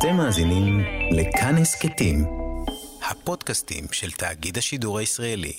אתם מאזינים לכאן הסכתים, הפודקאסטים של תאגיד השידור הישראלי.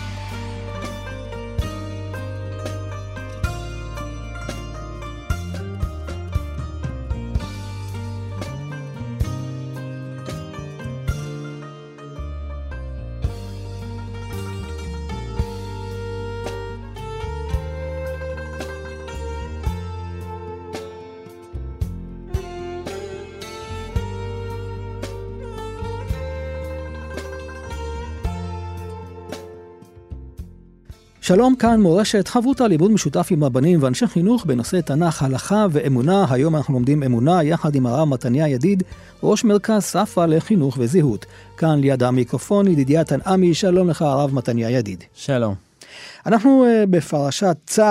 שלום, כאן מורשת, חברותא לימוד משותף עם רבנים ואנשי חינוך בנושא תנ"ך, הלכה ואמונה. היום אנחנו לומדים אמונה יחד עם הרב מתניה ידיד, ראש מרכז ספרא לחינוך וזהות. כאן ליד המיקרופון ידידיה תנעמי. שלום לך הרב מתניה ידיד. שלום. אנחנו בפרשת צו,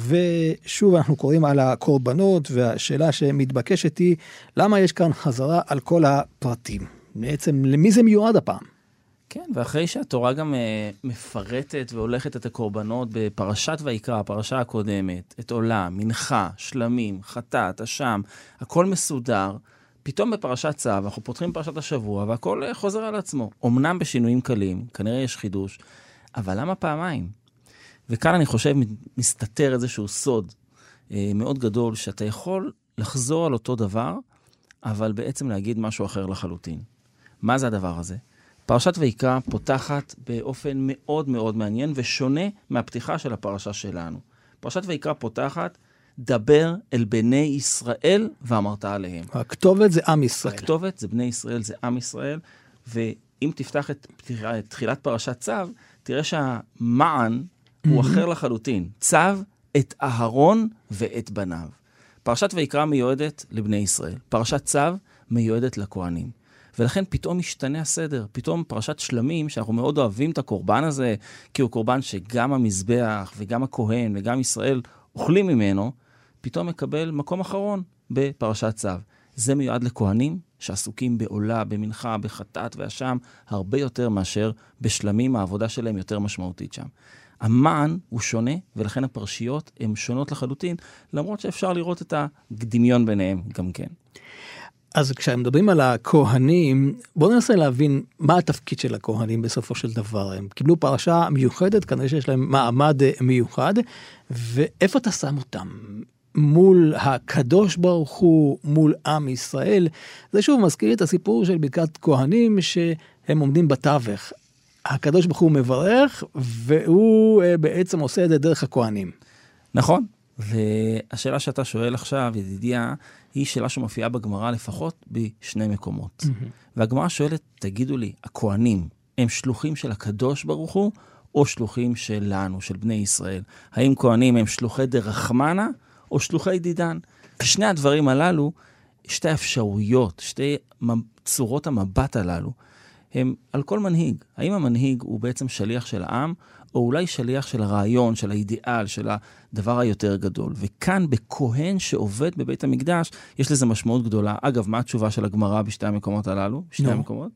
ושוב אנחנו קוראים על הקורבנות, והשאלה שמתבקשת היא, למה יש כאן חזרה על כל הפרטים? בעצם למי זה מיועד הפעם? כן, ואחרי שהתורה גם מפרטת והולכת את הקורבנות בפרשת ויקרא, הפרשה הקודמת, את עולה, מנחה, שלמים, חטאת, אשם, הכל מסודר, פתאום בפרשת צו, אנחנו פותחים פרשת השבוע, והכל חוזר על עצמו. אמנם בשינויים קלים, כנראה יש חידוש, אבל למה פעמיים? וכאן אני חושב מסתתר איזשהו סוד מאוד גדול, שאתה יכול לחזור על אותו דבר, אבל בעצם להגיד משהו אחר לחלוטין. מה זה הדבר הזה? פרשת ויקרא פותחת באופן מאוד מאוד מעניין ושונה מהפתיחה של הפרשה שלנו. פרשת ויקרא פותחת, דבר אל בני ישראל ואמרת עליהם. הכתובת זה עם ישראל. הכתובת זה בני ישראל, זה עם ישראל, ואם תפתח את תחילת פרשת צו, תראה שהמען הוא אחר לחלוטין. צו את אהרון ואת בניו. פרשת ויקרא מיועדת לבני ישראל. פרשת צו מיועדת לכהנים. ולכן פתאום משתנה הסדר, פתאום פרשת שלמים, שאנחנו מאוד אוהבים את הקורבן הזה, כי הוא קורבן שגם המזבח וגם הכהן וגם ישראל אוכלים ממנו, פתאום מקבל מקום אחרון בפרשת צו. זה מיועד לכהנים שעסוקים בעולה, במנחה, בחטאת ואשם, הרבה יותר מאשר בשלמים, העבודה שלהם יותר משמעותית שם. המען הוא שונה, ולכן הפרשיות הן שונות לחלוטין, למרות שאפשר לראות את הדמיון ביניהם גם כן. אז כשמדברים על הכהנים, בואו ננסה להבין מה התפקיד של הכהנים בסופו של דבר. הם קיבלו פרשה מיוחדת, כנראה שיש להם מעמד מיוחד, ואיפה אתה שם אותם? מול הקדוש ברוך הוא, מול עם ישראל. זה שוב מזכיר את הסיפור של ברכת כהנים, שהם עומדים בתווך. הקדוש ברוך הוא מברך, והוא בעצם עושה את זה דרך הכהנים. נכון. והשאלה שאתה שואל עכשיו, ידידיה, היא שאלה שמופיעה בגמרא לפחות בשני מקומות. והגמרא שואלת, תגידו לי, הכהנים הם שלוחים של הקדוש ברוך הוא, או שלוחים שלנו, של בני ישראל? האם כהנים הם שלוחי דרחמנה, או שלוחי דידן? שני הדברים הללו, שתי אפשרויות, שתי צורות המבט הללו, הם על כל מנהיג. האם המנהיג הוא בעצם שליח של העם, או אולי שליח של הרעיון, של האידיאל, של הדבר היותר גדול. וכאן בכהן שעובד בבית המקדש, יש לזה משמעות גדולה. אגב, מה התשובה של הגמרא בשתי המקומות הללו? בשתי המקומות?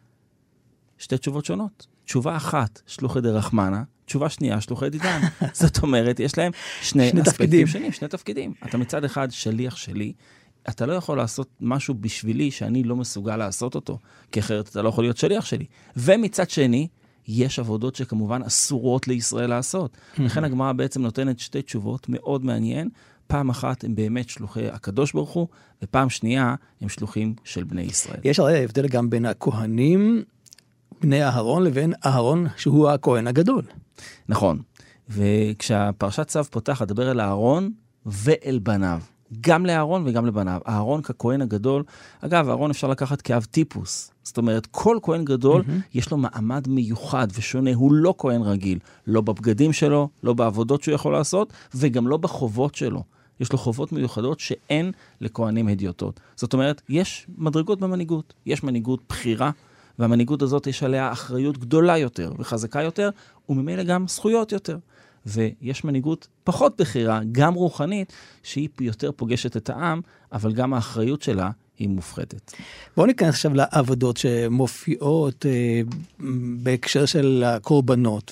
שתי תשובות שונות. תשובה אחת, שלוחי דרחמנה, תשובה שנייה, שלוחי דידן. זאת אומרת, יש להם שני אספקטים שונים, שני תפקידים. אתה מצד אחד שליח שלי, אתה לא יכול לעשות משהו בשבילי שאני לא מסוגל לעשות אותו, כי אחרת אתה לא יכול להיות שליח שלי. ומצד שני, יש עבודות שכמובן אסורות לישראל לעשות. לכן הגמרא בעצם נותנת שתי תשובות מאוד מעניין. פעם אחת הם באמת שלוחי הקדוש ברוך הוא, ופעם שנייה הם שלוחים של בני ישראל. יש הרי הבדל גם בין הכהנים, בני אהרון, לבין אהרון שהוא הכהן הגדול. נכון. וכשהפרשת צו פותח, לדבר אל אהרון ואל בניו. גם לאהרון וגם לבניו. אהרון ככהן הגדול, אגב, אהרון אפשר לקחת כאב טיפוס. זאת אומרת, כל כהן גדול יש לו מעמד מיוחד ושונה. הוא לא כהן רגיל. לא בבגדים שלו, לא בעבודות שהוא יכול לעשות, וגם לא בחובות שלו. יש לו חובות מיוחדות שאין לכהנים הדיוטות. זאת אומרת, יש מדרגות במנהיגות. יש מנהיגות בחירה, והמנהיגות הזאת יש עליה אחריות גדולה יותר וחזקה יותר, וממילא גם זכויות יותר. ויש מנהיגות פחות בחירה, גם רוחנית, שהיא יותר פוגשת את העם, אבל גם האחריות שלה היא מופחתת. בואו ניכנס עכשיו לעבודות שמופיעות בהקשר של הקורבנות,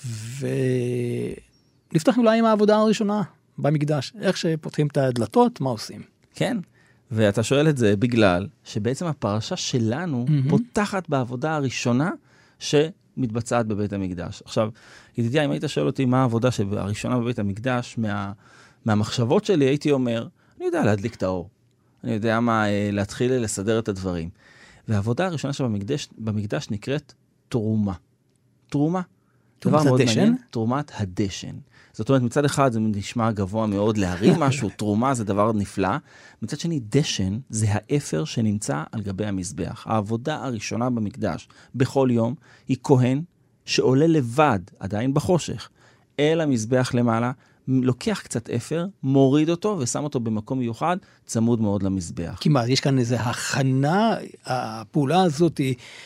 ונפתח אולי עם העבודה הראשונה במקדש. איך שפותחים את הדלתות, מה עושים? כן, ואתה שואל את זה בגלל שבעצם הפרשה שלנו פותחת בעבודה הראשונה שמתבצעת בבית המקדש. עכשיו, ידידיה, אם היית שואל אותי מה העבודה הראשונה בבית המקדש, מהמחשבות שלי הייתי אומר, אני יודע להדליק את האור. אני יודע מה, להתחיל לסדר את הדברים. והעבודה הראשונה שבמקדש נקראת תרומה. תרומה. תרומת הדשן? תרומת הדשן. זאת אומרת, מצד אחד זה נשמע גבוה מאוד להרים משהו, תרומה זה דבר נפלא. מצד שני, דשן זה האפר שנמצא על גבי המזבח. העבודה הראשונה במקדש בכל יום היא כהן שעולה לבד, עדיין בחושך, אל המזבח למעלה, לוקח קצת אפר, מוריד אותו ושם אותו במקום מיוחד, צמוד מאוד למזבח. כי מה, יש כאן איזו הכנה, הפעולה הזאת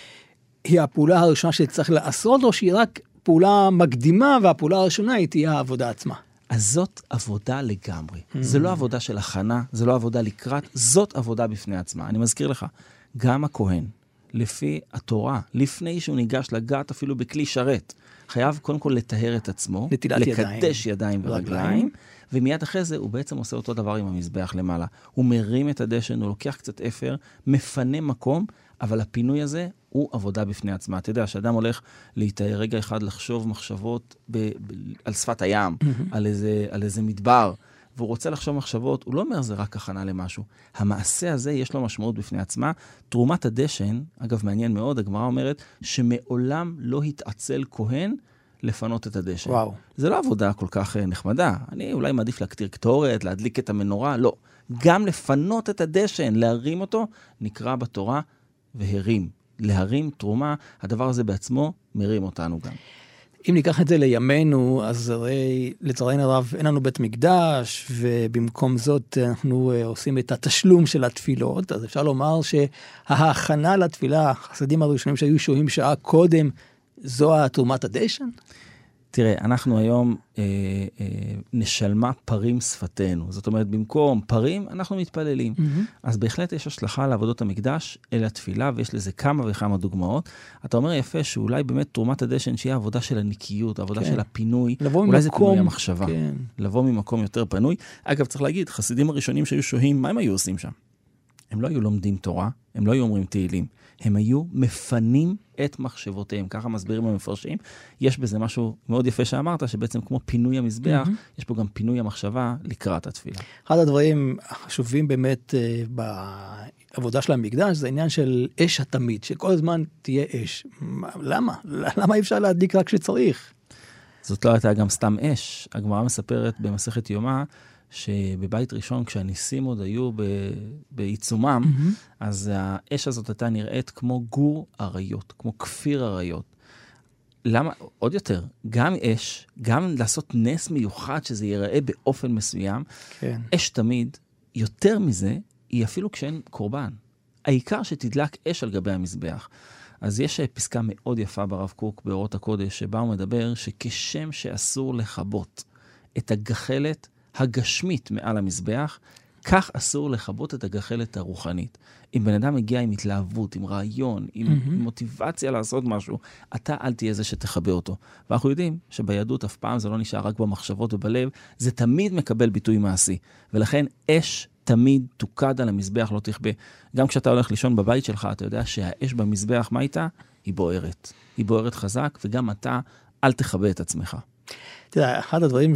היא הפעולה הראשונה שצריך לעשות, או שהיא רק פעולה מקדימה, והפעולה הראשונה היא תהיה העבודה עצמה? אז זאת עבודה לגמרי. זה לא עבודה של הכנה, זה לא עבודה לקראת, זאת עבודה בפני עצמה. אני מזכיר לך, גם הכהן, לפי התורה, לפני שהוא ניגש לגעת אפילו בכלי שרת, חייב קודם כל לטהר את עצמו, לקדש ידיים ורגליים, ומיד אחרי זה הוא בעצם עושה אותו דבר עם המזבח למעלה. הוא מרים את הדשן, הוא לוקח קצת אפר, מפנה מקום, אבל הפינוי הזה הוא עבודה בפני עצמה. אתה יודע, שאדם הולך להתאר רגע אחד לחשוב מחשבות על שפת הים, על איזה מדבר, והוא רוצה לחשוב מחשבות, הוא לא אומר זה רק הכנה למשהו. המעשה הזה יש לו משמעות בפני עצמה. תרומת הדשן, אגב מעניין מאוד, הגמרא אומרת שמעולם לא התעצל כהן לפנות את הדשן. וואו. זה לא עבודה כל כך נחמדה. אני אולי מעדיף להקטיר קטורת, להדליק את המנורה, לא. גם לפנות את הדשן, להרים אותו, נקרא בתורה והרים. להרים תרומה, הדבר הזה בעצמו מרים אותנו גם. אם ניקח את זה לימינו, אז הרי לצערנו הרב אין לנו בית מקדש, ובמקום זאת אנחנו עושים את התשלום של התפילות, אז אפשר לומר שההכנה לתפילה, החסדים הראשונים שהיו שוהים שעה קודם, זו תרומת הדשן? תראה, אנחנו היום נשלמה פרים שפתנו. זאת אומרת, במקום פרים, אנחנו מתפללים. אז בהחלט יש השלכה לעבודות המקדש אל התפילה, ויש לזה כמה וכמה דוגמאות. אתה אומר יפה שאולי באמת תרומת הדשן, שהיא העבודה של הניקיות, העבודה של הפינוי, אולי זה פינוי המחשבה. לבוא ממקום יותר פנוי. אגב, צריך להגיד, חסידים הראשונים שהיו שוהים, מה הם היו עושים שם? הם לא היו לומדים תורה, הם לא היו אומרים תהילים. הם היו מפנים את מחשבותיהם. ככה מסבירים המפרשים. יש בזה משהו מאוד יפה שאמרת, שבעצם כמו פינוי המזבח, יש פה גם פינוי המחשבה לקראת התפילה. אחד הדברים החשובים באמת בעבודה של המקדש, זה העניין של אש התמיד, שכל הזמן תהיה אש. למה? למה אי אפשר להדליק רק כשצריך? זאת לא הייתה גם סתם אש. הגמרא מספרת במסכת יומא, שבבית ראשון, כשהניסים עוד היו בעיצומם, אז האש הזאת הייתה נראית כמו גור אריות, כמו כפיר אריות. למה? עוד יותר, גם אש, גם לעשות נס מיוחד שזה ייראה באופן מסוים, כן. אש תמיד, יותר מזה, היא אפילו כשאין קורבן. העיקר שתדלק אש על גבי המזבח. אז יש פסקה מאוד יפה ברב קוק באורות הקודש, שבה הוא מדבר שכשם שאסור לכבות את הגחלת הגשמית מעל המזבח, כך אסור לכבות את הגחלת הרוחנית. אם בן אדם מגיע עם התלהבות, עם רעיון, עם מוטיבציה לעשות משהו, אתה אל תהיה זה שתחבא אותו. ואנחנו יודעים שביהדות אף פעם זה לא נשאר רק במחשבות ובלב, זה תמיד מקבל ביטוי מעשי. ולכן אש תמיד תוקד על המזבח, לא תכבה. גם כשאתה הולך לישון בבית שלך, אתה יודע שהאש במזבח, מה איתה? היא בוערת. היא בוערת חזק, וגם אתה אל תחבא את עצמך. תראה, אחד הדברים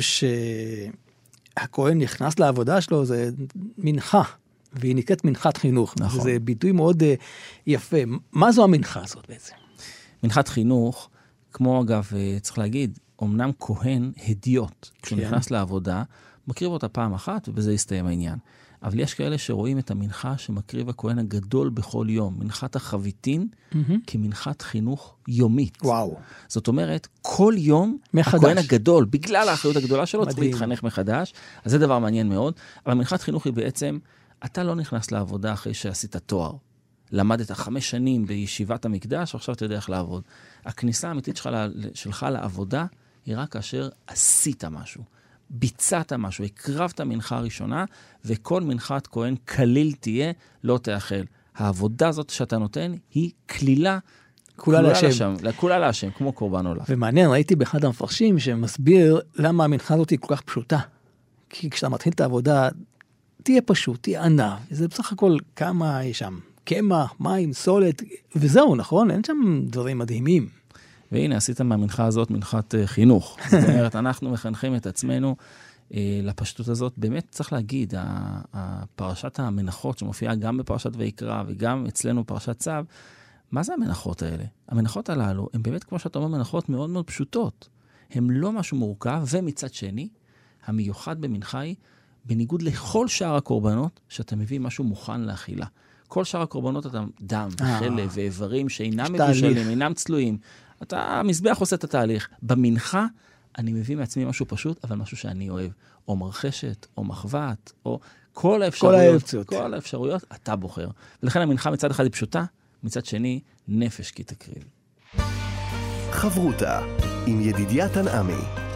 הכהן נכנס לעבודה שלו, זה מנחה, והיא נקראת מנחת חינוך. נכון. זה ביטוי מאוד יפה. מה זו המנחה הזאת בעצם? מנחת חינוך, כמו אגב, צריך להגיד, אמנם כהן הדיוט, כשהוא נכנס לעבודה, מקריב אותה פעם אחת, ובזה יסתיים העניין. אבל יש כאלה שרואים את המנחה שמקריב הכהן הגדול בכל יום, מנחת החביתין, כמנחת חינוך יומית. וואו. זאת אומרת, כל יום, מחדש. הכהן הגדול, בגלל האחריות הגדולה שלו, צריך להתחנך מחדש. אז זה דבר מעניין מאוד. אבל מנחת חינוך היא בעצם, אתה לא נכנס לעבודה אחרי שעשית תואר. למדת 5 שנים בישיבת המקדש, ועכשיו אתה יודע איך לעבוד. הכניסה האמיתית שלך לעבודה, היא רק כאשר עשית משהו. ביצעת משהו, הקרבת מנחה ראשונה, וכל מנחת כהן כליל תהיה, לא תאכל. העבודה הזאת שאתה נותן, היא כלילה, כולה להשם, כמו קורבן עולה. ומעניין, ראיתי באחד המפרשים, שמסביר למה המנחה הזאת היא כל כך פשוטה. כי כשאתה מתחיל את העבודה, תהיה פשוט, תהיה ענה, זה בסך הכל כמה יש שם, קמח, מים, סולת, וזהו, נכון? אין שם דברים מדהימים. והנה, עשית מהמנחה הזאת מנחת חינוך. זאת אומרת, אנחנו מחנכים את עצמנו לפשטות הזאת. באמת צריך להגיד, פרשת המנחות שמופיעה גם בפרשת ויקרא וגם אצלנו פרשת צו, מה זה המנחות האלה? המנחות הללו הן באמת, כמו שאתה אומר, מנחות מאוד מאוד פשוטות. הן לא משהו מורכב, ומצד שני, המיוחד במנחה היא, בניגוד לכל שאר הקורבנות, שאתה מביא משהו מוכן לאכילה. כל שאר הקורבנות אתה דם, חלב ואיברים שאינם מבושלים, אינם צלויים. המזבח עושה את התהליך. במנחה אני מביא מעצמי משהו פשוט, אבל משהו שאני אוהב. או מרחשת, או מחבת, או כל האפשרויות, אתה בוחר. ולכן המנחה מצד אחד היא פשוטה, מצד שני, נפש כי תקריב. חברותה עם ידידיה תנעמי.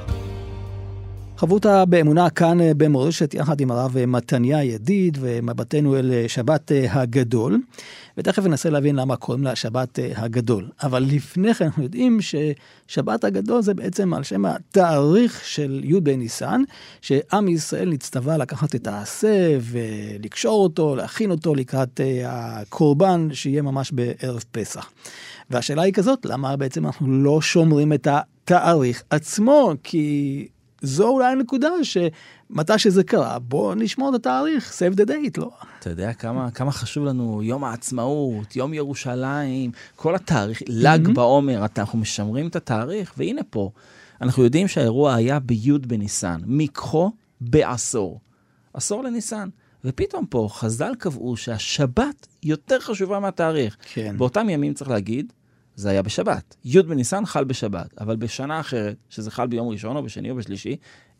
חברותה באמונה כאן במורשת יחד עם הרב מתניה ידיד ומבטנו אל שבת הגדול, ותכף ננסה להבין למה קוראים לה שבת הגדול. אבל לפני כן אנחנו יודעים ששבת הגדול זה בעצם על שם התאריך של י' בניסן, שעם ישראל נצטווה לקחת את העשה ולקשור אותו, להכין אותו לקראת הקורבן שיהיה ממש בערב פסח. והשאלה היא כזאת, למה בעצם אנחנו לא שומרים את התאריך עצמו? כי זו אולי הנקודה שמתי שזה קרה, בוא נשמור את התאריך, save the date, לא? אתה יודע כמה חשוב לנו יום העצמאות, יום ירושלים, כל התאריך, ל"ג בעומר, אנחנו משמרים את התאריך, והנה פה, אנחנו יודעים שהאירוע היה בי' בניסן, מקחו בעשור, עשור לניסן, ופתאום פה חז"ל קבעו שהשבת יותר חשובה מהתאריך. כן. באותם ימים צריך להגיד, זה היה בשבת. י' בניסן חל בשבת, אבל בשנה אחרת, שזה חל ביום ראשון או בשני או בשלישי,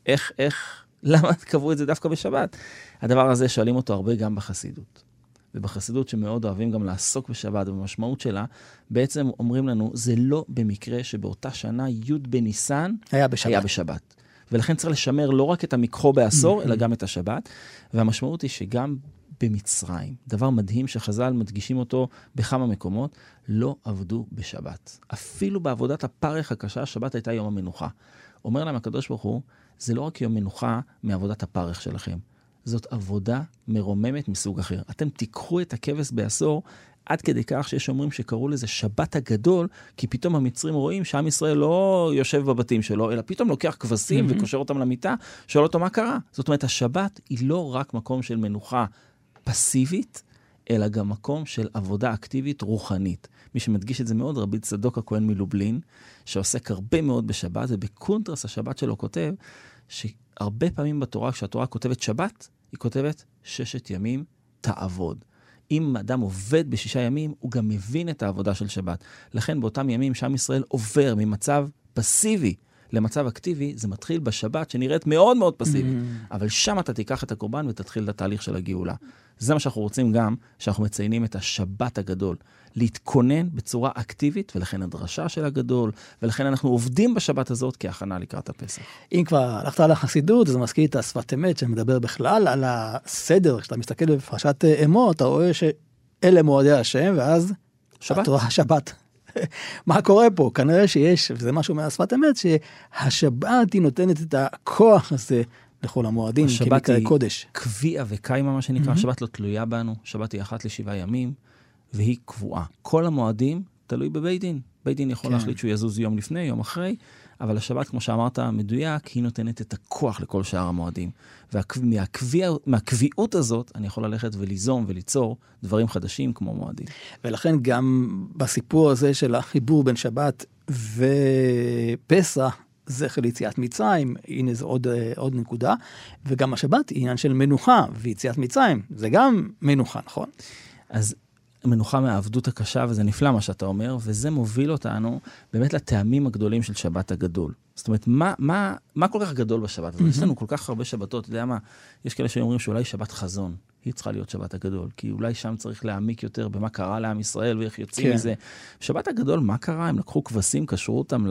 למה קבעו את זה דווקא בשבת? הדבר הזה שואלים אותו הרבה גם בחסידות. ובחסידות שמאוד אוהבים גם לעסוק בשבת, ובמשמעות שלה, בעצם אומרים לנו, זה לא במקרה שבאותה שנה י' בניסן היה בשבת. ולכן צריך לשמר לא רק את המקחו בעשור, אלא גם את השבת. והמשמעות היא שגם במצרים, דבר מדהים שחז"ל מדגישים אותו בכמה מקומות, לא עבדו בשבת. אפילו בעבודת הפרך הקשה, השבת הייתה יום המנוחה. אומר להם הקדוש ברוך הוא, זה לא רק יום מנוחה מעבודת הפרך שלכם. זאת עבודה מרוממת מסוג אחר. אתם תיקחו את הכבש בעשור, עד כדי כך שיש אומרים שקראו לזה שבת הגדול, כי פתאום המצרים רואים שעם ישראל לא יושב בבתים שלו, אלא פתאום לוקח כבשים וקושר אותם למיטה, שואל אותו מה קרה. זאת אומרת, השבת היא לא רק מקום של מנוחה פסיבית, אלא גם מקום של עבודה אקטיבית רוחנית. מי שמדגיש את זה מאוד, רבי צדוק הכהן מלובלין, שעוסק הרבה מאוד בשבת, ובקונטרס השבת שלו כותב, שהרבה פעמים בתורה, כשהתורה כותבת שבת, היא כותבת 6 ימים תעבוד. אם אדם עובד ב6 ימים, הוא גם מבין את העבודה של שבת. לכן באותם ימים שעם ישראל עובר ממצב פסיבי למצב אקטיבי, זה מתחיל בשבת שנראית מאוד מאוד פסיבית. אבל שם אתה תיקח את הקורבן ותתחיל את התהליך של הגאולה. זה מה שאנחנו רוצים גם, שאנחנו מציינים את השבת הגדול. להתכונן בצורה אקטיבית, ולכן הדרשה של הגדול, ולכן אנחנו עובדים בשבת הזאת כהכנה לקראת הפסח. אם כבר הלכת על החסידות, זה מזכיר את השפת אמת, שמדבר בכלל על הסדר. כשאתה מסתכל בפרשת אמות, אתה רואה שאלה מועדי השם, ואז שבת. מה קורה פה? כנראה שיש, וזה משהו מהשפת אמת, שהשבת היא נותנת את הכוח הזה לכל המועדים, כמקרה קודש. השבת היא קביעה וקיימה, מה שנקרא. השבת לא תלויה בנו, שבת היא 1 ל7 ימים, והיא קבועה. כל המועדים תלוי בבית דין. בית דין יכול להחליט שהוא יזוז יום לפני, יום אחרי, אבל השבת, כמו שאמרת, מדויק, היא נותנת את הכוח לכל שאר המועדים. מהקביעות הזאת, אני יכול ללכת וליזום וליצור דברים חדשים כמו מועדים. ולכן גם בסיפור הזה של החיבור בין שבת ופסח, זכר ליציאת מצרים, הנה זה עוד נקודה, וגם השבת היא עניין של מנוחה, ויציאת מצרים, זה גם מנוחה, נכון? אז מנוחה מהעבדות הקשה, וזה נפלא מה שאתה אומר, וזה מוביל אותנו באמת לטעמים הגדולים של שבת הגדול. זאת אומרת, מה כל כך גדול בשבת הזאת? יש לנו כל כך הרבה שבתות, אתה יודע מה? יש כאלה שאומרים שאולי שבת חזון, היא צריכה להיות שבת הגדול, כי אולי שם צריך להעמיק יותר במה קרה לעם ישראל, ואיך יוצאים מזה. שבת הגדול, מה קרה? הם לקחו כבשים, קשרו אותם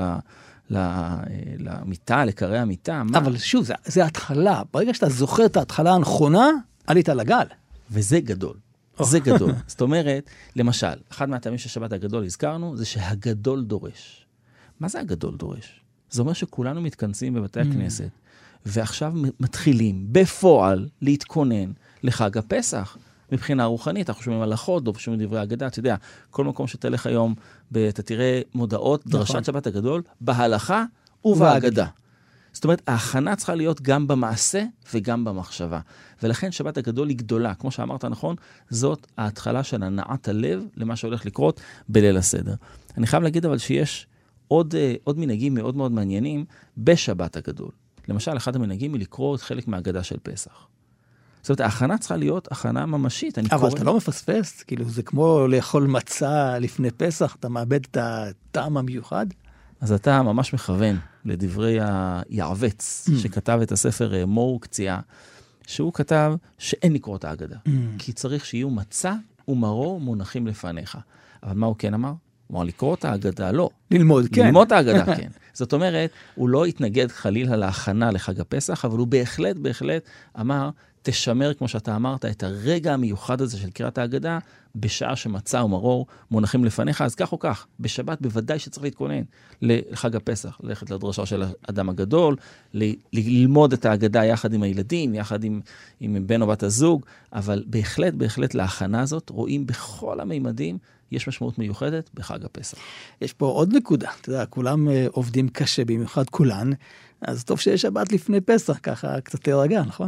למיטה, לקרי המיטה. אבל שוב, זה התחלה. ברגע שאתה זוכר את ההתחלה הנכונה, עלית לגל. וזה גדול. זה גדול. זאת אומרת, למשל, אחד מהטעמים של שבת הגדול הזכרנו, זה שהגדול דורש. מה זה הגדול דורש? זה אומר שכולנו מתכנסים בבתי הכנסת, ועכשיו מתחילים בפועל להתכונן לחג הפסח. מבחינה רוחנית, אנחנו שומעים הלכות, או שומעים דברי אגדה, אתה יודע, כל מקום שתלך היום, אתה תראה מודעות, דרשת שבת הגדול, בהלכה ובאגדה. זאת אומרת, ההכנה צריכה להיות גם במעשה וגם במחשבה. ולכן שבת הגדול היא גדולה. כמו שאמרת נכון, זאת ההתחלה של הנעת הלב למה שהולך לקרות בליל הסדר. אני חייב להגיד אבל שיש עוד מנהגים מאוד מאוד מעניינים בשבת הגדול. למשל, אחד המנהגים היא לקרוא את חלק מהאגדה של פסח. זאת אומרת, ההכנה צריכה להיות הכנה ממשית. אבל אתה לא מפספס, כאילו זה כמו לאכול מצה לפני פסח, אתה מאבד את הטעם המיוחד. אז אתה ממש מכוון לדברי היעבץ, שכתב את הספר מור קציעה, שהוא כתב שאין לקרוא את האגדה, כי צריך שיהיו מצה ומרור מונחים לפניך. אבל מה הוא כן אמר? הוא אמר, לקרוא את האגדה, לא. ללמוד, כן. ללמוד את האגדה, כן. זאת אומרת, הוא לא התנגד חלילה להכנה לחג הפסח, אבל הוא בהחלט אמר, תשמר, כמו שאתה אמרת, את הרגע המיוחד הזה של קריאת האגדה, בשעה שמצה ומרור מונחים לפניך, אז כך או כך, בשבת בוודאי שצריך להתכונן לחג הפסח, ללכת לדרשה של האדם הגדול, ללמוד את האגדה יחד עם הילדים, יחד עם בן או בת הזוג, אבל בהחלט להכנה הזאת, רואים בכל המימדים, יש משמעות מיוחדת בחג הפסח. יש פה עוד נקודה, אתה יודע, כולם עובדים קשה, במיוחד כולן, אז טוב שיש שבת לפני פסח, ככה קצת להירגע, נכון?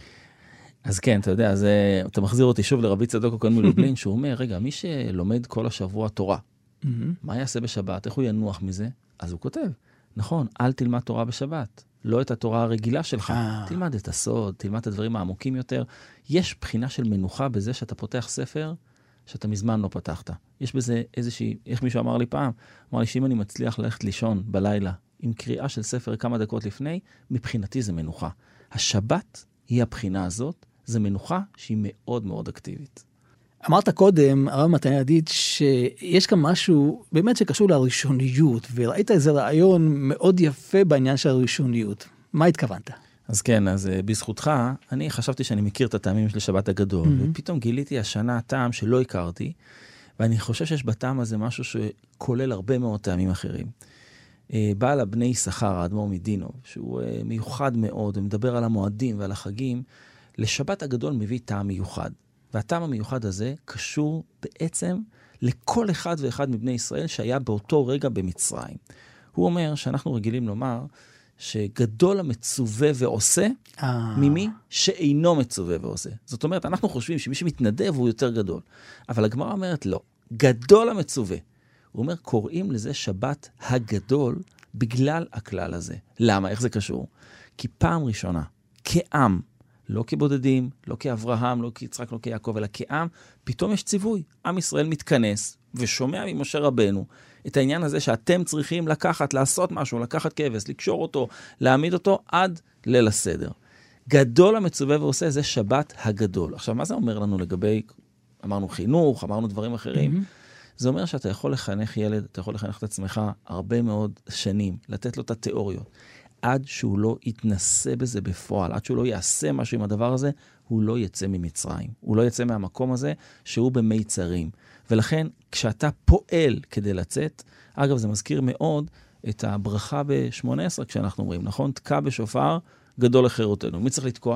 אז כן, אתה יודע, אז אתה מחזיר אותי שוב לרבי צדוק הכהן מלובלין, שהוא אומר, רגע, מי שלומד כל השבוע תורה, מה יעשה בשבת? איך הוא ינוח מזה? אז הוא כותב, נכון, אל תלמד תורה בשבת, לא את התורה הרגילה שלך, תלמד את הסוד, תלמד את הדברים העמוקים יותר. יש בחינה של מנוחה בזה שאתה פותח ספר שאתה מזמן לא פתחת. יש בזה איזושהי, איך מישהו אמר לי פעם, אמר לי שאם אני מצליח ללכת לישון בלילה עם קריאה של ספר כמה דקות לפני, מבחינתי זה מנוחה. השבת היא הבחינה הזאת, זה מנוחה שהיא מאוד מאוד אקטיבית. אמרת קודם, הרב מתניה ידיד, שיש כאן משהו באמת שקשור לראשוניות, וראית איזה רעיון מאוד יפה בעניין של הראשוניות. מה התכוונת? אז כן, אז בזכותך, אני חשבתי שאני מכיר את הטעמים של שבת הגדול, ופתאום גיליתי השנה טעם שלא הכרתי, ואני חושב שיש בטעם הזה משהו שכולל הרבה מאוד טעמים אחרים. בעל הבני יששכר, האדמו"ר מדינוב, שהוא מיוחד מאוד, ומדבר על המועדים ועל החגים, לשבת הגדול מביא טעם מיוחד. והטעם המיוחד הזה קשור בעצם לכל אחד ואחד מבני ישראל שהיה באותו רגע במצרים. הוא אומר שאנחנו רגילים לומר שגדול המצווה ועושה ממי שאינו מצווה ועושה. זאת אומרת, אנחנו חושבים שמי שמתנדב הוא יותר גדול. אבל הגמרא אומרת לא, גדול המצווה. הוא אומר, קוראים לזה שבת הגדול בגלל הכלל הזה. למה? איך זה קשור? כי פעם ראשונה, כעם, לא כבודדים, לא כאברהם, לא כיצחק, לא כיעקב, אלא כעם, פתאום יש ציווי. עם ישראל מתכנס ושומע ממשה רבנו את העניין הזה שאתם צריכים לקחת, לעשות משהו, לקחת כבש, לקשור אותו, להעמיד אותו עד ליל הסדר. גדול המצווה ועושה, זה שבת הגדול. עכשיו, מה זה אומר לנו לגבי, אמרנו חינוך, אמרנו דברים אחרים, זה אומר שאתה יכול לחנך ילד, אתה יכול לחנך את עצמך הרבה מאוד שנים, לתת לו את התיאוריות. עד שהוא לא יתנסה בזה בפועל, עד שהוא לא יעשה משהו עם הדבר הזה, הוא לא יצא ממצרים. הוא לא יצא מהמקום הזה שהוא במיצרים. ולכן, כשאתה פועל כדי לצאת, אגב, זה מזכיר מאוד את הברכה ב-18, כשאנחנו אומרים, נכון? תקע בשופר, גדול לחירותנו. מי צריך לתקוע?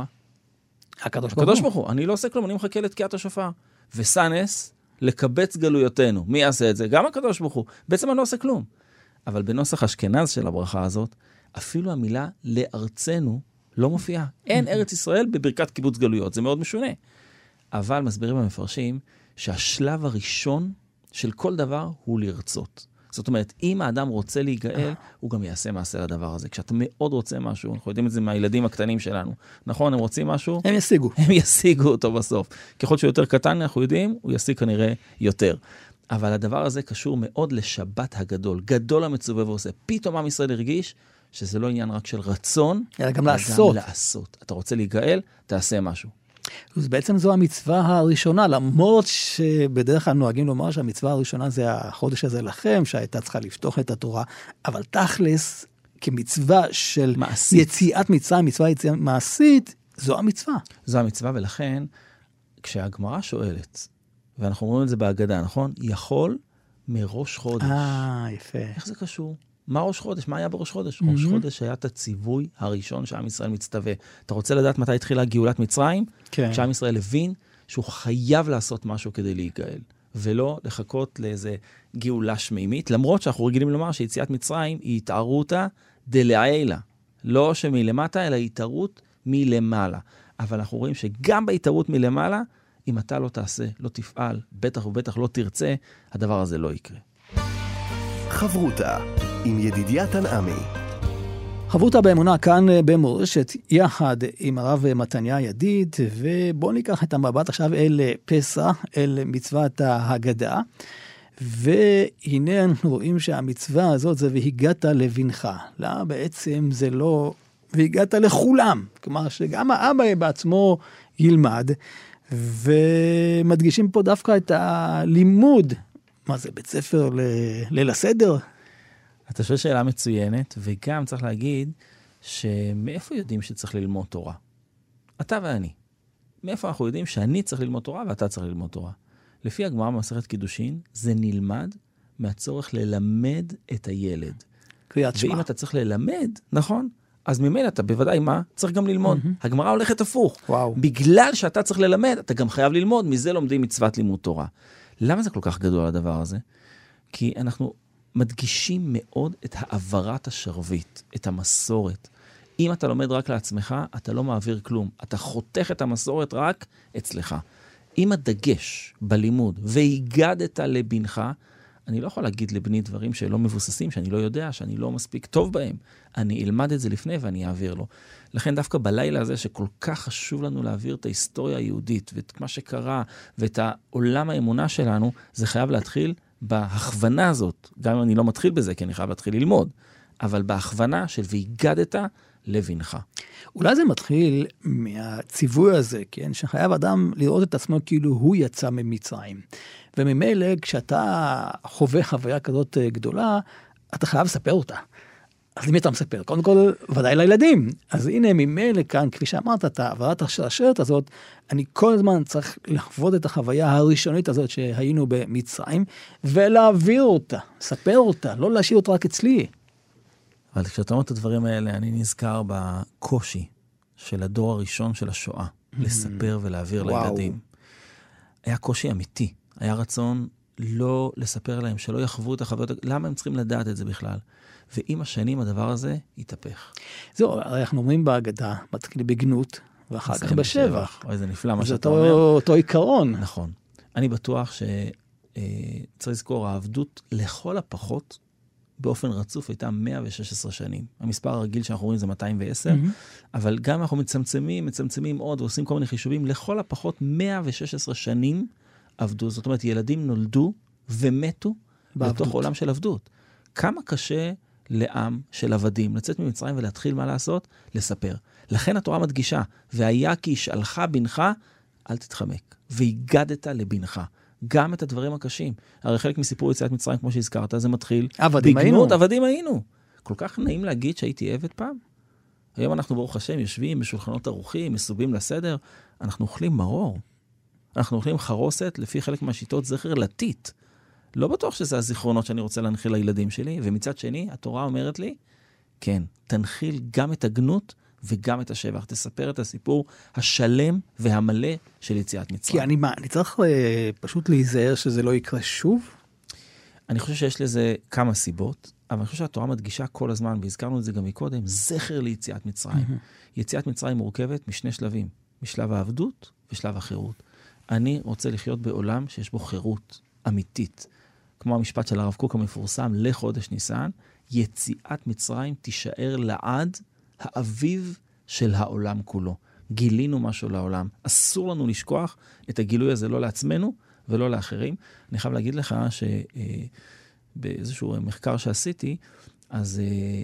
הקדוש ברוך הוא. אני לא עושה כלום, אני מחכה לתקיעת השופר. וסנס, לקבץ גלויותינו. מי יעשה את זה? גם הקדוש ברוך הוא. בעצם אני לא עושה כלום. אבל בנוסח אשכנז של הברכה הזאת, אפילו המילה לארצנו לא מופיעה. אין ארץ ישראל בברכת קיבוץ גלויות. זה מאוד משונה. אבל מסבירים המפרשים שהשלב הראשון של כל דבר הוא לרצות. זאת אומרת, אם האדם רוצה להיגאל, הוא גם יעשה מעשה לדבר הזה. כשאתה מאוד רוצה משהו, אנחנו יודעים את זה מהילדים הקטנים שלנו. נכון, הם רוצים משהו? הם ישיגו. הם ישיגו אותו בסוף. ככל שהוא יותר קטן, אנחנו יודעים, הוא ישיג כנראה יותר. אבל הדבר הזה קשור מאוד לשבת הגדול. גדול המצווה ועושה. פתאום עם ישראל הרגיש שזה לא עניין רק של רצון, אלא גם לעשות. אתה רוצה להיגאל, תעשה משהו. אז בעצם זו המצווה הראשונה, למרות שבדרך כלל נוהגים לומר שהמצווה הראשונה זה החודש הזה לכם, שהייתה צריכה לפתוח את התורה, אבל תכלס, כמצווה של מעשית. יציאת מצרים, מצווה יציאה מעשית, זו המצווה. זו המצווה, ולכן, כשהגמרא שואלת, ואנחנו אומרים את זה בהגדה, נכון? יכול מראש חודש. יפה. איך זה קשור? מה ראש חודש? מה היה בראש חודש? ראש חודש היה את הציווי הראשון שעם ישראל מצטווה. אתה רוצה לדעת מתי התחילה גאולת מצרים? כן. כשעם ישראל הבין שהוא חייב לעשות משהו כדי להיגאל, ולא לחכות לאיזה גאולה שמימית, למרות שאנחנו רגילים לומר שיציאת מצרים היא התערותא דלעילא, לא שמלמטה, אלא התערות מלמעלה. אבל אנחנו רואים שגם בהתערות מלמעלה, אם אתה לא תעשה, לא תפעל, בטח ובטח לא תרצה, הדבר הזה לא יקרה. חברותה עם ידידיה תנעמי. חברותה באמונה כאן במורשת, יחד עם הרב מתניה ידיד, ובואו ניקח את המבט עכשיו אל פסח, אל מצוות ההגדה, והנה אנחנו רואים שהמצווה הזאת זה והגעת לבנך. לא, בעצם זה לא והגעת לכולם, כלומר שגם האבא בעצמו ילמד, ומדגישים פה דווקא את הלימוד. מה זה, בית ספר ליל הסדר? אתה שואל שאלה מצוינת, וגם צריך להגיד שמאיפה יודעים שצריך ללמוד תורה? אתה ואני. מאיפה אנחנו יודעים שאני צריך ללמוד תורה ואתה צריך ללמוד תורה? לפי הגמרא במסכת קידושין, זה נלמד מהצורך ללמד את הילד. קריאת שמע. ואם אתה צריך ללמד, נכון? אז ממילא אתה בוודאי מה? צריך גם ללמוד. הגמרא הולכת הפוך. וואו. בגלל שאתה צריך ללמד, אתה גם חייב ללמוד, מזה לומדים מצוות לימוד תורה. למה זה כל כך גדול הדבר הזה? כי אנחנו מדגישים מאוד את העברת השרביט, את המסורת. אם אתה לומד רק לעצמך, אתה לא מעביר כלום. אתה חותך את המסורת רק אצלך. אם הדגש בלימוד והגדת לבנך, אני לא יכול להגיד לבני דברים שלא מבוססים, שאני לא יודע, שאני לא מספיק טוב בהם. אני אלמד את זה לפני ואני אעביר לו. לכן דווקא בלילה הזה שכל כך חשוב לנו להעביר את ההיסטוריה היהודית, ואת מה שקרה, ואת העולם האמונה שלנו, זה חייב להתחיל בהכוונה הזאת. גם אם אני לא מתחיל בזה, כי אני חייב להתחיל ללמוד. אבל בהכוונה של והגדת לבנך. אולי זה מתחיל מהציווי הזה, כן? שחייב אדם לראות את עצמו כאילו הוא יצא ממצרים. וממילא כשאתה חווה חוויה כזאת גדולה, אתה חייב לספר אותה. אז למי אתה מספר? קודם כל, ודאי לילדים. אז הנה ממילא כאן, כפי שאמרת, אתה עברת השרשרת הזאת, אני כל הזמן צריך לחוות את החוויה הראשונית הזאת שהיינו במצרים, ולהעביר אותה, לספר אותה, לא להשאיר אותה רק אצלי. אבל כשאתה אומר את הדברים האלה, אני נזכר בקושי של הדור הראשון של השואה, לספר ולהעביר לילדים. היה קושי אמיתי. היה רצון לא לספר להם, שלא יחוו את החוויות, למה הם צריכים לדעת את זה בכלל? ועם השנים הדבר הזה יתהפך. זהו, אנחנו אומרים בהגדה, מתחיל בגנות, ואחר כך בשבח. אוי, זה נפלא מה שאתה אומר. זה אותו עיקרון. נכון. אני בטוח שצריך לזכור, העבדות לכל הפחות, באופן רצוף הייתה 116 שנים. המספר הרגיל שאנחנו רואים זה 210, אבל גם אנחנו מצמצמים עוד, ועושים כל מיני חישובים, לכל הפחות 116 שנים עבדו. זאת אומרת, ילדים נולדו ומתו בתוך עולם של עבדות. כמה קשה לעם של עבדים לצאת ממצרים ולהתחיל מה לעשות? לספר. לכן התורה מדגישה, והיה כי ישאלך בנך, אל תתחמק. והגדת לבנך. גם את הדברים הקשים. הרי חלק מסיפור יציאת מצרים, כמו שהזכרת, זה מתחיל בגנות, עבדים היינו. כל כך נעים להגיד שהייתי עבד פעם. היום אנחנו ברוך השם יושבים בשולחנות ערוכים, מסובים לסדר, אנחנו אוכלים מרור. אנחנו אוכלים חרוסת לפי חלק מהשיטות זכר לטית. לא בטוח שזה הזיכרונות שאני רוצה להנחיל לילדים שלי, ומצד שני, התורה אומרת לי, כן, תנחיל גם את הגנות וגם את השבח. תספר את הסיפור השלם והמלא של יציאת מצרים. כי אני צריך פשוט להיזהר שזה לא יקרה שוב? אני חושב שיש לזה כמה סיבות, אבל אני חושב שהתורה מדגישה כל הזמן, והזכרנו את זה גם מקודם, זכר ליציאת מצרים. יציאת מצרים מורכבת משני שלבים, משלב העבדות ושלב החירות. אני רוצה לחיות בעולם שיש בו חירות אמיתית. כמו המשפט של הרב קוק המפורסם, לחודש ניסן, יציאת מצרים תישאר לעד האביב של העולם כולו. גילינו משהו לעולם. אסור לנו לשכוח את הגילוי הזה לא לעצמנו ולא לאחרים. אני חייב להגיד לך שבאיזשהו מחקר שעשיתי, אז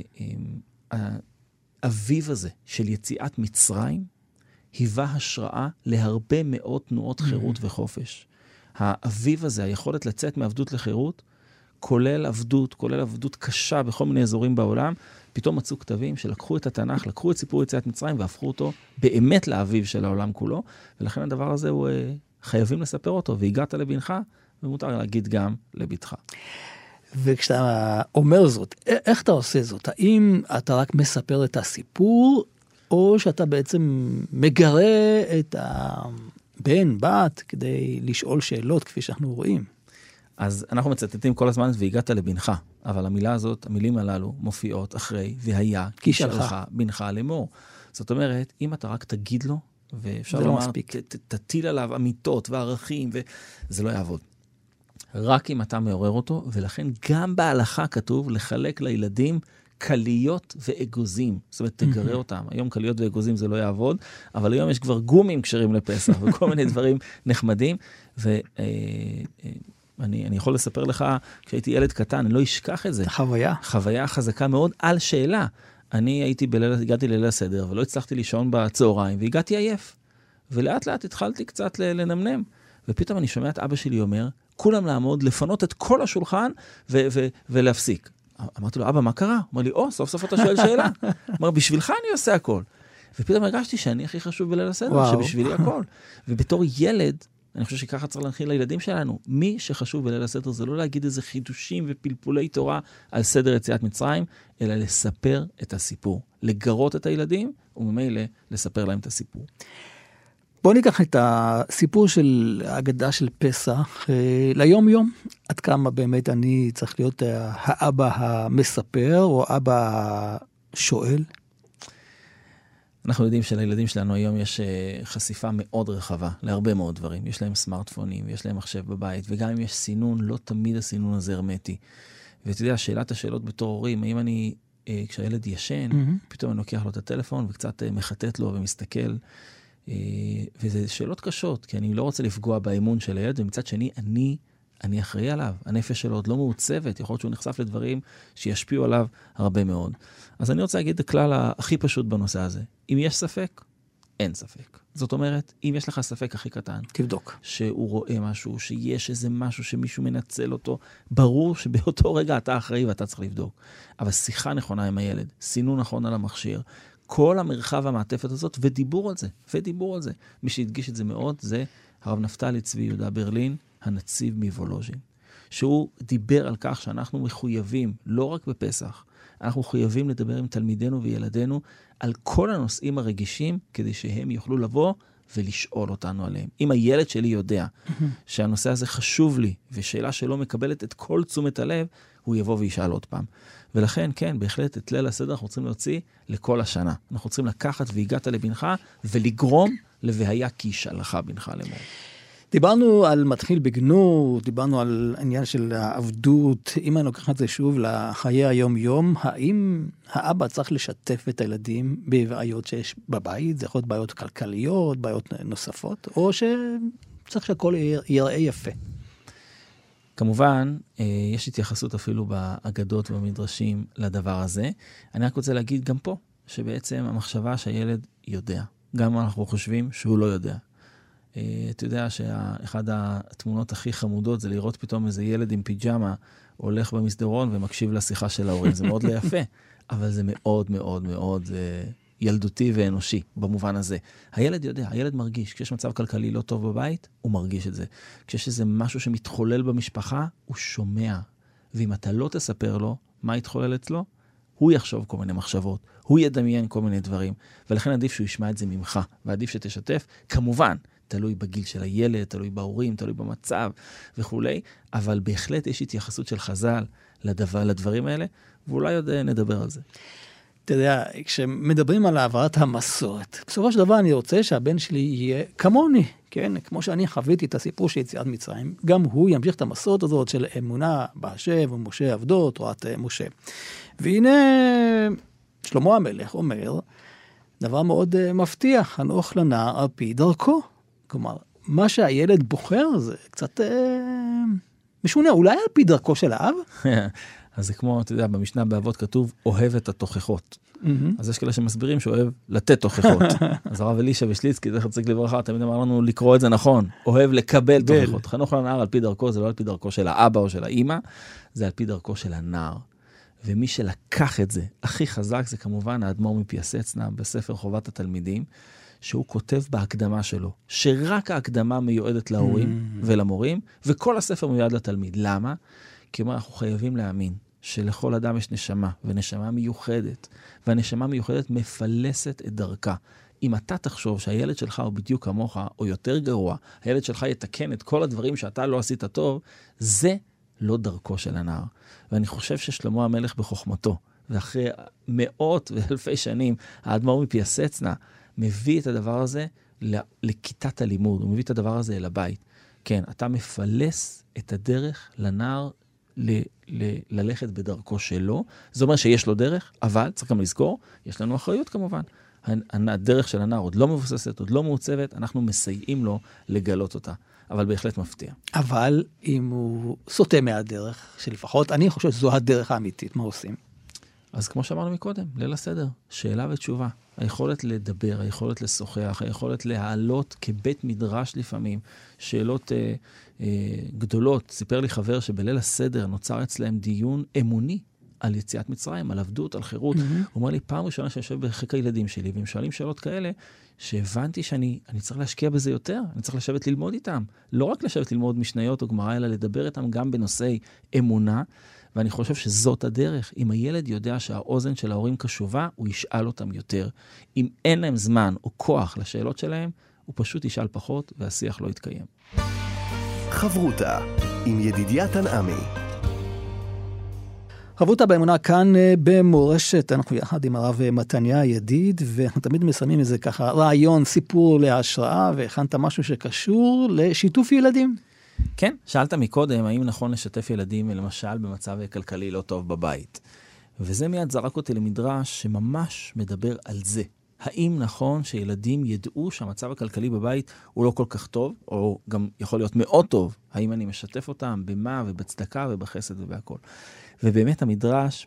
האביב הזה של יציאת מצרים היווה השראה להרבה מאוד תנועות חירות וחופש. האביב הזה, היכולת לצאת מעבדות לחירות, כולל עבדות קשה בכל מיני אזורים בעולם, פתאום מצאו כתבים שלקחו את התנ"ך, לקחו את סיפור יציאת מצרים והפכו אותו באמת לאביב של העולם כולו, ולכן הדבר הזה הוא חייבים לספר אותו, והגעת לבנך, ומותר להגיד גם לביתך. וכשאתה אומר זאת, איך אתה עושה זאת? האם אתה רק מספר את הסיפור, או שאתה בעצם מגרה את הבן, בת, כדי לשאול שאלות כפי שאנחנו רואים? אז אנחנו מצטטים כל הזמן, והגעת לבנך, אבל המילה הזאת, המילים הללו מופיעות אחרי, והיה כי שלך בנך לאמור. זאת אומרת, אם אתה רק תגיד לו, ואפשר לומר, תטיל עליו אמיתות וערכים, וזה לא יעבוד. רק אם אתה מעורר אותו, ולכן גם בהלכה כתוב לחלק לילדים קליות ואגוזים. זאת אומרת, תגרה אותם. היום קליות ואגוזים זה לא יעבוד, אבל היום יש כבר גומים כשרים לפסח, וכל מיני דברים נחמדים, אני יכול לספר לך, כשהייתי ילד קטן, אני לא אשכח את זה. חוויה. חוויה חזקה מאוד על שאלה. אני הגעתי לליל הסדר, ולא הצלחתי לישון בצהריים, והגעתי עייף. ולאט לאט התחלתי קצת לנמנם. ופתאום אני שומע את אבא שלי אומר, כולם לעמוד, לפנות את כל השולחן, ולהפסיק. אמרתי לו, אבא, מה קרה? הוא אמר לי, סוף סוף אתה שואל שאלה. הוא אמר, בשבילך אני עושה הכל. ופתאום הרגשתי שאני הכי חשוב בליל הסדר, שבשבילי הכל. ובתור ילד, אני חושב שככה צריך להנחיל לילדים שלנו. מי שחשוב בליל הסדר זה לא להגיד איזה חידושים ופלפולי תורה על סדר יציאת מצרים, אלא לספר את הסיפור. לגרות את הילדים, וממילא לספר להם את הסיפור. בואו ניקח את הסיפור של ההגדה של פסח ליום יום. עד כמה באמת אני צריך להיות האבא המספר, או אבא השואל? אנחנו יודעים שלילדים שלנו היום יש חשיפה מאוד רחבה להרבה מאוד דברים. יש להם סמארטפונים, יש להם מחשב בבית, וגם אם יש סינון, לא תמיד הסינון הזה הרמטי. ואתה יודע, שאלת השאלות בתור הורים, האם אני, כשהילד ישן, פתאום אני לוקח לו את הטלפון וקצת מחטט לו ומסתכל, וזה שאלות קשות, כי אני לא רוצה לפגוע באמון של הילד, ומצד שני, אני אחראי עליו. הנפש שלו עוד לא מעוצבת, יכול להיות שהוא נחשף לדברים שישפיעו עליו הרבה מאוד. אז אני רוצה להגיד את הכלל הכי פשוט בנושא הזה. אם יש ספק, אין ספק. זאת אומרת, אם יש לך ספק הכי קטן, תבדוק. שהוא רואה משהו, שיש איזה משהו שמישהו מנצל אותו, ברור שבאותו רגע אתה אחראי ואתה צריך לבדוק. אבל שיחה נכונה עם הילד, סינון נכון על המכשיר, כל המרחב המעטפת הזאת, ודיבור על זה. מי שהדגיש את זה מאוד, זה הרב נפתלי צבי יהודה ברלין, הנציב מוולוז'ין, שהוא דיבר על כך שאנחנו מחויבים, לא רק בפסח, אנחנו מחויבים לדבר עם תלמידינו וילדינו על כל הנושאים הרגישים, כדי שהם יוכלו לבוא ולשאול אותנו עליהם. אם הילד שלי יודע שהנושא הזה חשוב לי, ושאלה שלא מקבלת את כל תשומת הלב, הוא יבוא וישאל עוד פעם. ולכן, כן, בהחלט את ליל הסדר אנחנו רוצים להוציא לכל השנה. אנחנו רוצים לקחת והגעת לבנך, ולגרום ל"והיה כי שלך בנך לאמור". דיברנו על מתחיל בגנות, דיברנו על עניין של העבדות. אם אני לוקח את זה שוב לחיי היום-יום, האם האבא צריך לשתף את הילדים בבעיות שיש בבית? זה יכול להיות בעיות כלכליות, בעיות נוספות, או שצריך שהכל יראה יפה? כמובן, יש התייחסות אפילו באגדות ובמדרשים לדבר הזה. אני רק רוצה להגיד גם פה, שבעצם המחשבה שהילד יודע, גם אנחנו חושבים שהוא לא יודע. אתה יודע שאחד התמונות הכי חמודות זה לראות פתאום איזה ילד עם פיג'מה הולך במסדרון ומקשיב לשיחה של ההורים. זה מאוד לא יפה, אבל זה מאוד מאוד מאוד ילדותי ואנושי במובן הזה. הילד יודע, הילד מרגיש. כשיש מצב כלכלי לא טוב בבית, הוא מרגיש את זה. כשיש איזה משהו שמתחולל במשפחה, הוא שומע. ואם אתה לא תספר לו מה יתחולל אצלו, הוא יחשוב כל מיני מחשבות, הוא ידמיין כל מיני דברים, ולכן עדיף שהוא ישמע את זה ממך, ועדיף שתשתף, כמובן, תלוי בגיל של הילד, תלוי בהורים, תלוי במצב וכו', אבל בהחלט יש התייחסות של חז"ל לדברים האלה, ואולי עוד נדבר על זה. אתה יודע, כשמדברים על העברת המסורת, בסופו של דבר אני רוצה שהבן שלי יהיה כמוני, כן? כמו שאני חוויתי את הסיפור של יציאת מצרים, גם הוא ימשיך את המסורת הזאת של אמונה בהשם ומשה עבדו, תורת משה. והנה שלמה המלך אומר, דבר מאוד מבטיח, חנוך לנער על פי דרכו. כלומר, מה שהילד בוחר זה קצת משונה, אולי על פי דרכו של האב? אז זה כמו, אתה יודע, במשנה באבות כתוב, אוהב את התוכחות. אז יש כאלה שמסבירים שאוהב לתת תוכחות. אז הרב אלישע ושליצקי, זכר צדיק לברכה, תמיד אמר לנו לקרוא את זה נכון. אוהב לקבל תוכחות. חנוך לנער על פי דרכו, זה לא על פי דרכו של האבא או של האמא, זה על פי דרכו של הנער. ומי שלקח את זה הכי חזק, זה כמובן האדמו"ר מפיאסצנה, בספר חובת התלמידים, שהוא כותב בהקדמה שלו, שרק ההקדמה מיועדת להורים ולמורים, וכל הספר מיועד לתלמיד. למה? כי אנחנו חייבים להאמין שלכל אדם יש נשמה, ונשמה מיוחדת, והנשמה מיוחדת מפלסת את דרכה. אם אתה תחשוב שהילד שלך הוא בדיוק כמוך, או יותר גרוע, הילד שלך יתקן את כל הדברים שאתה לא עשית טוב, זה לא דרכו של הנער. ואני חושב ששלמה המלך בחוכמתו, ואחרי מאות ואלפי שנים, האדמו"ר מפיאסצנה מביא את הדבר הזה לכיתת הלימוד, הוא מביא את הדבר הזה אל הבית. כן, אתה מפלס את הדרך לנער ללכת בדרכו שלו. זה אומר שיש לו דרך, אבל צריך גם לזכור, יש לנו אחריות כמובן. הדרך של הנער עוד לא מבוססת, עוד לא מעוצבת, אנחנו מסייעים לו לגלות אותה. אבל בהחלט מפתיע. אבל אם הוא סוטה מהדרך, שלפחות אני חושב שזו הדרך האמיתית, מה עושים? אז כמו שאמרנו מקודם, ליל הסדר, שאלה ותשובה. היכולת לדבר, היכולת לשוחח, היכולת להעלות כבית מדרש לפעמים, שאלות גדולות. סיפר לי חבר שבליל הסדר נוצר אצלם דיון אמוני על יציאת מצרים, על עבדות, על חירות. הוא אומר לי, פעם ראשונה שאני יושב בחיק הילדים שלי, והם שואלים שאלות כאלה, שהבנתי שאני צריך להשקיע בזה יותר, אני צריך לשבת ללמוד איתם. לא רק לשבת ללמוד משניות או גמרא, אלא לדבר איתם גם בנושאי אמונה, ואני חושב שזאת הדרך. אם הילד יודע שהאוזן של ההורים קשובה, הוא ישאל אותם יותר. אם אין להם זמן או כוח לשאלות שלהם, הוא פשוט ישאל פחות, והשיח לא יתקיים. חברותה עם ידידיה תנעמי. חברותה באמונה כאן במורשת, אנחנו יחד עם הרב מתניה ידיד, ואנחנו תמיד מסיימים איזה ככה רעיון, סיפור להשראה, והכנת משהו שקשור לשיתוף ילדים. כן, שאלת מקודם, האם נכון לשתף ילדים, למשל במצב כלכלי לא טוב בבית. וזה מיד זרק אותי למדרש שממש מדבר על זה. האם נכון שילדים ידעו שהמצב הכלכלי בבית הוא לא כל כך טוב, או גם יכול להיות מאוד טוב? האם אני משתף אותם במה ובצדקה ובחסד ובהכל? ובאמת המדרש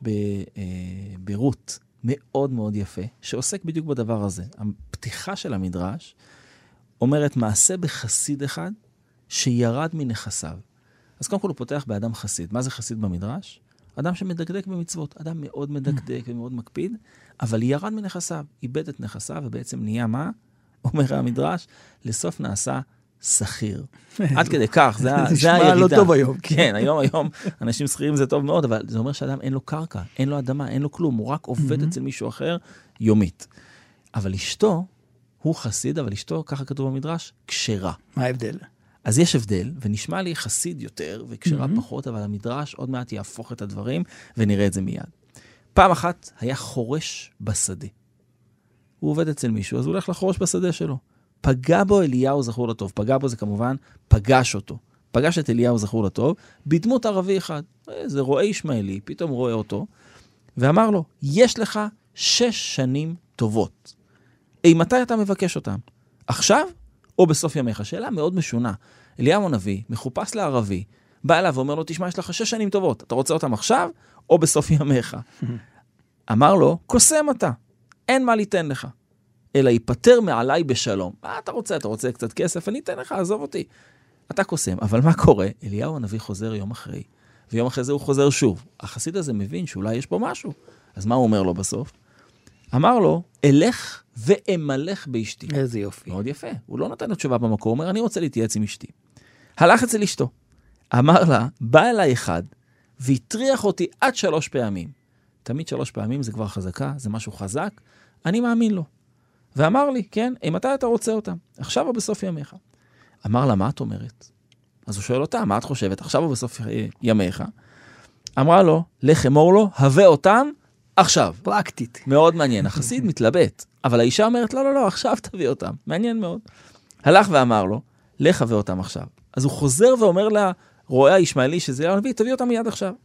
ברות מאוד מאוד יפה, שעוסק בדיוק בדבר הזה. הפתיחה של המדרש אומרת מעשה בחסיד אחד שירד מנכסיו. אז קודם כל הוא פותח באדם חסיד. מה זה חסיד במדרש? אדם שמדקדק במצוות. אדם מאוד מדקדק ומאוד מקפיד, אבל ירד מנכסיו, איבד את נכסיו, ובעצם נהיה מה? אומר המדרש, לסוף נעשה שכיר. עד כדי כך, זה הירידה. זה נשמע לא טוב היום. כן, היום אנשים שכירים זה טוב מאוד, אבל זה אומר שאדם אין לו קרקע, אין לו אדמה, אין לו כלום, הוא רק עובד אצל מישהו אחר יומית. אבל אשתו, הוא חסיד, אבל אשתו, ככה כתוב במדרש, כשרה. מה ההבדל? אז יש הבדל, ונשמע לי חסיד יותר, וכשרה פחות, אבל המדרש עוד מעט יהפוך את הדברים, ונראה את זה מיד. פעם אחת היה חורש בשדה. הוא עובד אצל מישהו, אז הוא הולך לחורש בשדה שלו. פגע בו אליהו זכור לטוב. פגע בו זה כמובן, פגש אותו. פגש את אליהו זכור לטוב, בדמות ערבי אחד. זה רואה ישמעאלי, פתאום רואה אותו, ואמר לו, יש לך 6 שנים טובות. מתי אתה מבקש אותם? עכשיו? או בסוף ימיך? שאלה מאוד משונה. אליהו הנביא, מחופש לערבי, בא אליו ואומר לו, תשמע, יש לך 6 שנים טובות. אתה רוצה אותם עכשיו? או בסוף ימיך? אמר לו, קוסם אתה. אין מה ליתן לך. אלא ייפטר מעליי בשלום. מה אתה רוצה? אתה רוצה קצת כסף? אני אתן לך, עזוב אותי. אתה קוסם. אבל מה קורה? אליהו הנביא חוזר יום אחרי. ויום אחרי זה הוא חוזר שוב. החסיד הזה מבין שאולי יש פה משהו. אז מה הוא אומר לו בסוף? אמר לו, אלך ואמלך באשתי. איזה יופי. מאוד יפה. הוא לא נתן לו תשובה במקום, הוא אומר, אני רוצה להתייעץ עם אשתי. הלך אצל אשתו. אמר לה, בא אליי אחד, והטריח אותי עד 3 פעמים. תמיד 3 פעמים זה כבר חזקה, זה משהו חזק, אני מאמין לו. ואמר לי, כן, מתי אתה רוצה אותם? עכשיו או בסוף ימיך? אמר לה, מה את אומרת? אז הוא שואל אותה, מה את חושבת? עכשיו או בסוף ימיך? אמרה לו, לך אמור לו, הווה אותם, עכשיו. פרקטית. מאוד מעניין. החסיד מתלבט, אבל האישה אומרת, לא, עכשיו תביא אותם. מעניין מאוד. הלך ואמר לו, לך הווה אותם עכשיו. אז הוא חוזר ואומר לה, רואה הישמעאלי שזה היה נביא, תביא אותם מיד עכשיו.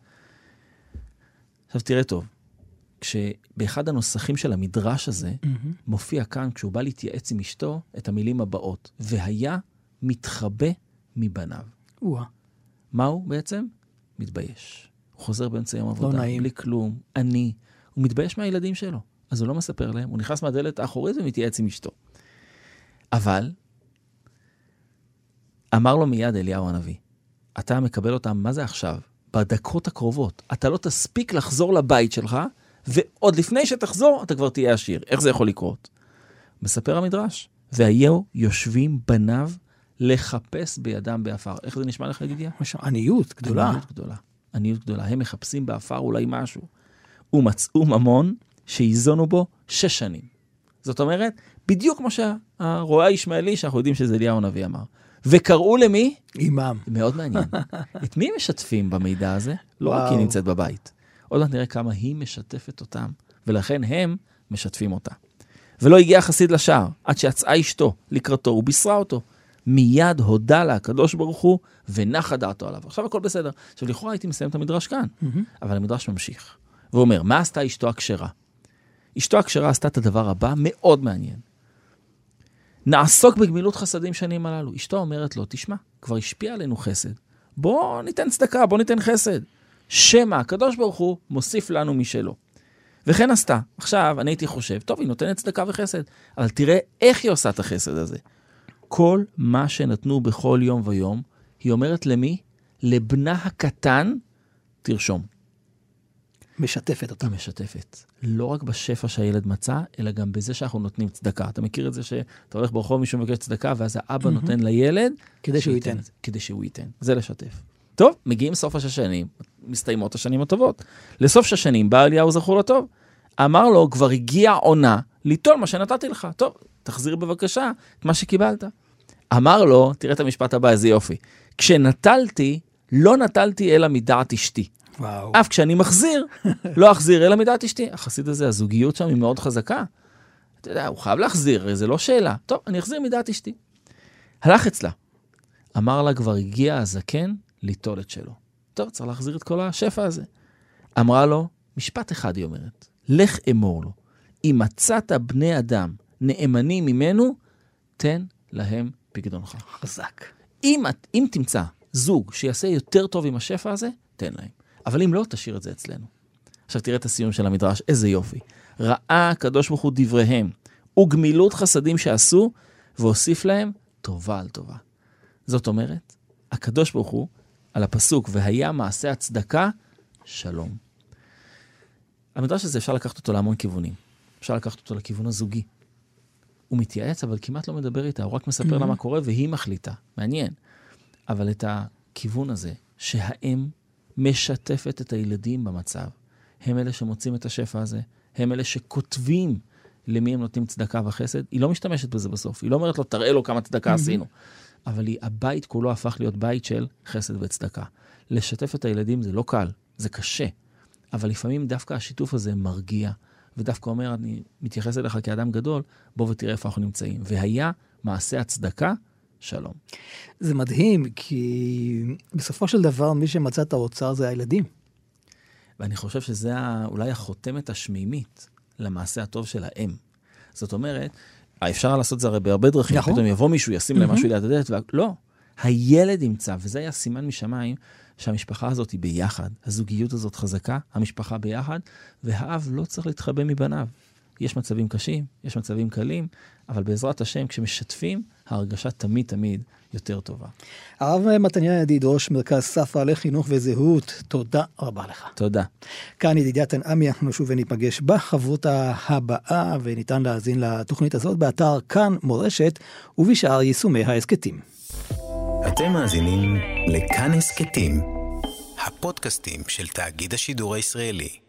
עכשיו תראה טוב, כשבאחד הנוסחים של המדרש הזה, מופיע כאן, כשהוא בא להתייעץ עם אשתו, את המילים הבאות, והיה מתחבא מבניו. מה הוא בעצם? מתבייש. הוא חוזר באמצע יום עבודה, בלי כלום, עני. הוא מתבייש מהילדים שלו. אז הוא לא מספר להם, הוא נכנס מהדלת האחורית ומתייעץ עם אשתו. אבל, אמר לו מיד אליהו הנביא, אתה מקבל אותם, מה זה עכשיו? בדקות הקרובות. אתה לא תספיק לחזור לבית שלך, ועוד לפני שתחזור, אתה כבר תהיה עשיר. איך זה יכול לקרות? מספר המדרש. והיו יושבים בניו לחפש בידם באפר. איך זה נשמע לך, ידידיה? עניות גדולה. עניות גדולה. עניות גדולה. הם מחפשים באפר אולי משהו. ומצאו ממון שיזונו בו 6 שנים. זאת אומרת, בדיוק כמו שהרועה הישמעאלי, שאנחנו יודעים שזה אליהו הנביא אמר. וקראו למי? אימם. מאוד מעניין. את מי הם משתפים במידע הזה? לא רק היא נמצאת בבית. עוד מעט נראה כמה היא משתפת אותם, ולכן הם משתפים אותה. ולא הגיע חסיד לשער, עד שיצאה אשתו לקראתו ובישרה אותו. מיד הודה לה הקדוש ברוך הוא, ונחה דעתו עליו. עכשיו הכל בסדר. עכשיו לכאורה הייתי מסיים את המדרש כאן, אבל המדרש ממשיך. והוא אומר, מה עשתה אשתו הכשרה? אשתו הכשרה עשתה את הדבר הבא, מאוד מעניין. נעסוק בגמילות חסדים שנים הללו. אשתו אומרת לו, תשמע, כבר השפיע עלינו חסד. בוא ניתן צדקה, בוא ניתן חסד. שמא, הקדוש ברוך הוא מוסיף לנו משלו. וכן עשתה. עכשיו, אני הייתי חושב, טוב, היא נותנת צדקה וחסד, אבל תראה איך היא עושה את החסד הזה. כל מה שנתנו בכל יום ויום, היא אומרת למי? לבנה הקטן, תרשום. משתפת אותה. משתפת. לא רק בשפע שהילד מצא, אלא גם בזה שאנחנו נותנים צדקה. אתה מכיר את זה שאתה הולך ברחוב, מישהו מבקש צדקה, ואז האבא נותן לילד, כדי שהוא ייתן. כדי שהוא ייתן. זה לשתף. טוב, מגיעים סוף השנים, מסתיימות השנים הטובות. לסוף השנים, בא אליהו זכור לטוב. אמר לו, כבר הגיע עונה, ליטול מה שנתתי לך. טוב, תחזיר בבקשה את מה שקיבלת. אמר לו, תראה את המשפט הבא, איזה יופי. כשנטלתי, לא נטלתי אלא מדעת אשתי. וואו. אף כשאני מחזיר, לא אחזיר אלא מדעת אשתי. החסיד הזה, הזוגיות שם היא מאוד חזקה. אתה יודע, הוא חייב להחזיר, זה לא שאלה. טוב, אני אחזיר מדעת אשתי. הלך אצלה. אמר לה, כבר הגיע הזקן ליטול את שלו. טוב, צריך להחזיר את כל השפע הזה. אמרה לו, משפט אחד היא אומרת, לך אמור לו, אם מצאת בני אדם נאמנים ממנו, תן להם פקדונך. חזק. אם תמצא זוג שיעשה יותר טוב עם השפע הזה, תן להם. אבל אם לא, תשאיר את זה אצלנו. עכשיו תראה את הסיום של המדרש, איזה יופי. ראה הקדוש ברוך הוא דבריהם, וגמילות חסדים שעשו, והוסיף להם טובה על טובה. זאת אומרת, הקדוש ברוך הוא, על הפסוק, והיה מעשה הצדקה, שלום. המדרש הזה אפשר לקחת אותו להמון כיוונים. אפשר לקחת אותו לכיוון הזוגי. הוא מתייעץ, אבל כמעט לא מדבר איתה, הוא רק מספר לה מה קורה, והיא מחליטה. מעניין. אבל את הכיוון הזה, שהאם משתפת את הילדים במצב, הם אלה שמוצאים את השפע הזה, הם אלה שכותבים למי הם נותנים צדקה וחסד, היא לא משתמשת בזה בסוף, היא לא אומרת לו, תראה לו כמה צדקה עשינו. אבל הבית כולו הפך להיות בית של חסד וצדקה. לשתף את הילדים זה לא קל, זה קשה. אבל לפעמים דווקא השיתוף הזה מרגיע, ודווקא אומר, אני מתייחס אליך כאדם גדול, בוא ותראה איפה אנחנו נמצאים. והיה מעשה הצדקה, שלום. זה מדהים, כי בסופו של דבר, מי שמצא את האוצר זה הילדים. ואני חושב שזה אולי החותמת השמימית למעשה הטוב של האם. זאת אומרת, אפשר לעשות זה הרי בהרבה דרכים, נכון. פתאום יבוא מישהו, ישים להם משהו ליד הדלת, לא. הילד ימצא, וזה היה סימן משמיים, שהמשפחה הזאת היא ביחד, הזוגיות הזאת חזקה, המשפחה ביחד, והאב לא צריך להתחבא מבניו. יש מצבים קשים, יש מצבים קלים, אבל בעזרת השם, כשמשתפים, ההרגשה תמיד יותר טובה. הרב מתניה ידיד, ראש מרכז ספרא לחינוך וזהות, תודה רבה לך. תודה. כאן ידידיה תנעמי, אנחנו שוב ניפגש בחברותה הבאה, וניתן להאזין לתוכנית הזאת באתר כאן מורשת, ובשאר יישומי ההסכתים. אתם מאזינים לכאן הסכתים, הפודקאסטים של תאגיד השידור הישראלי.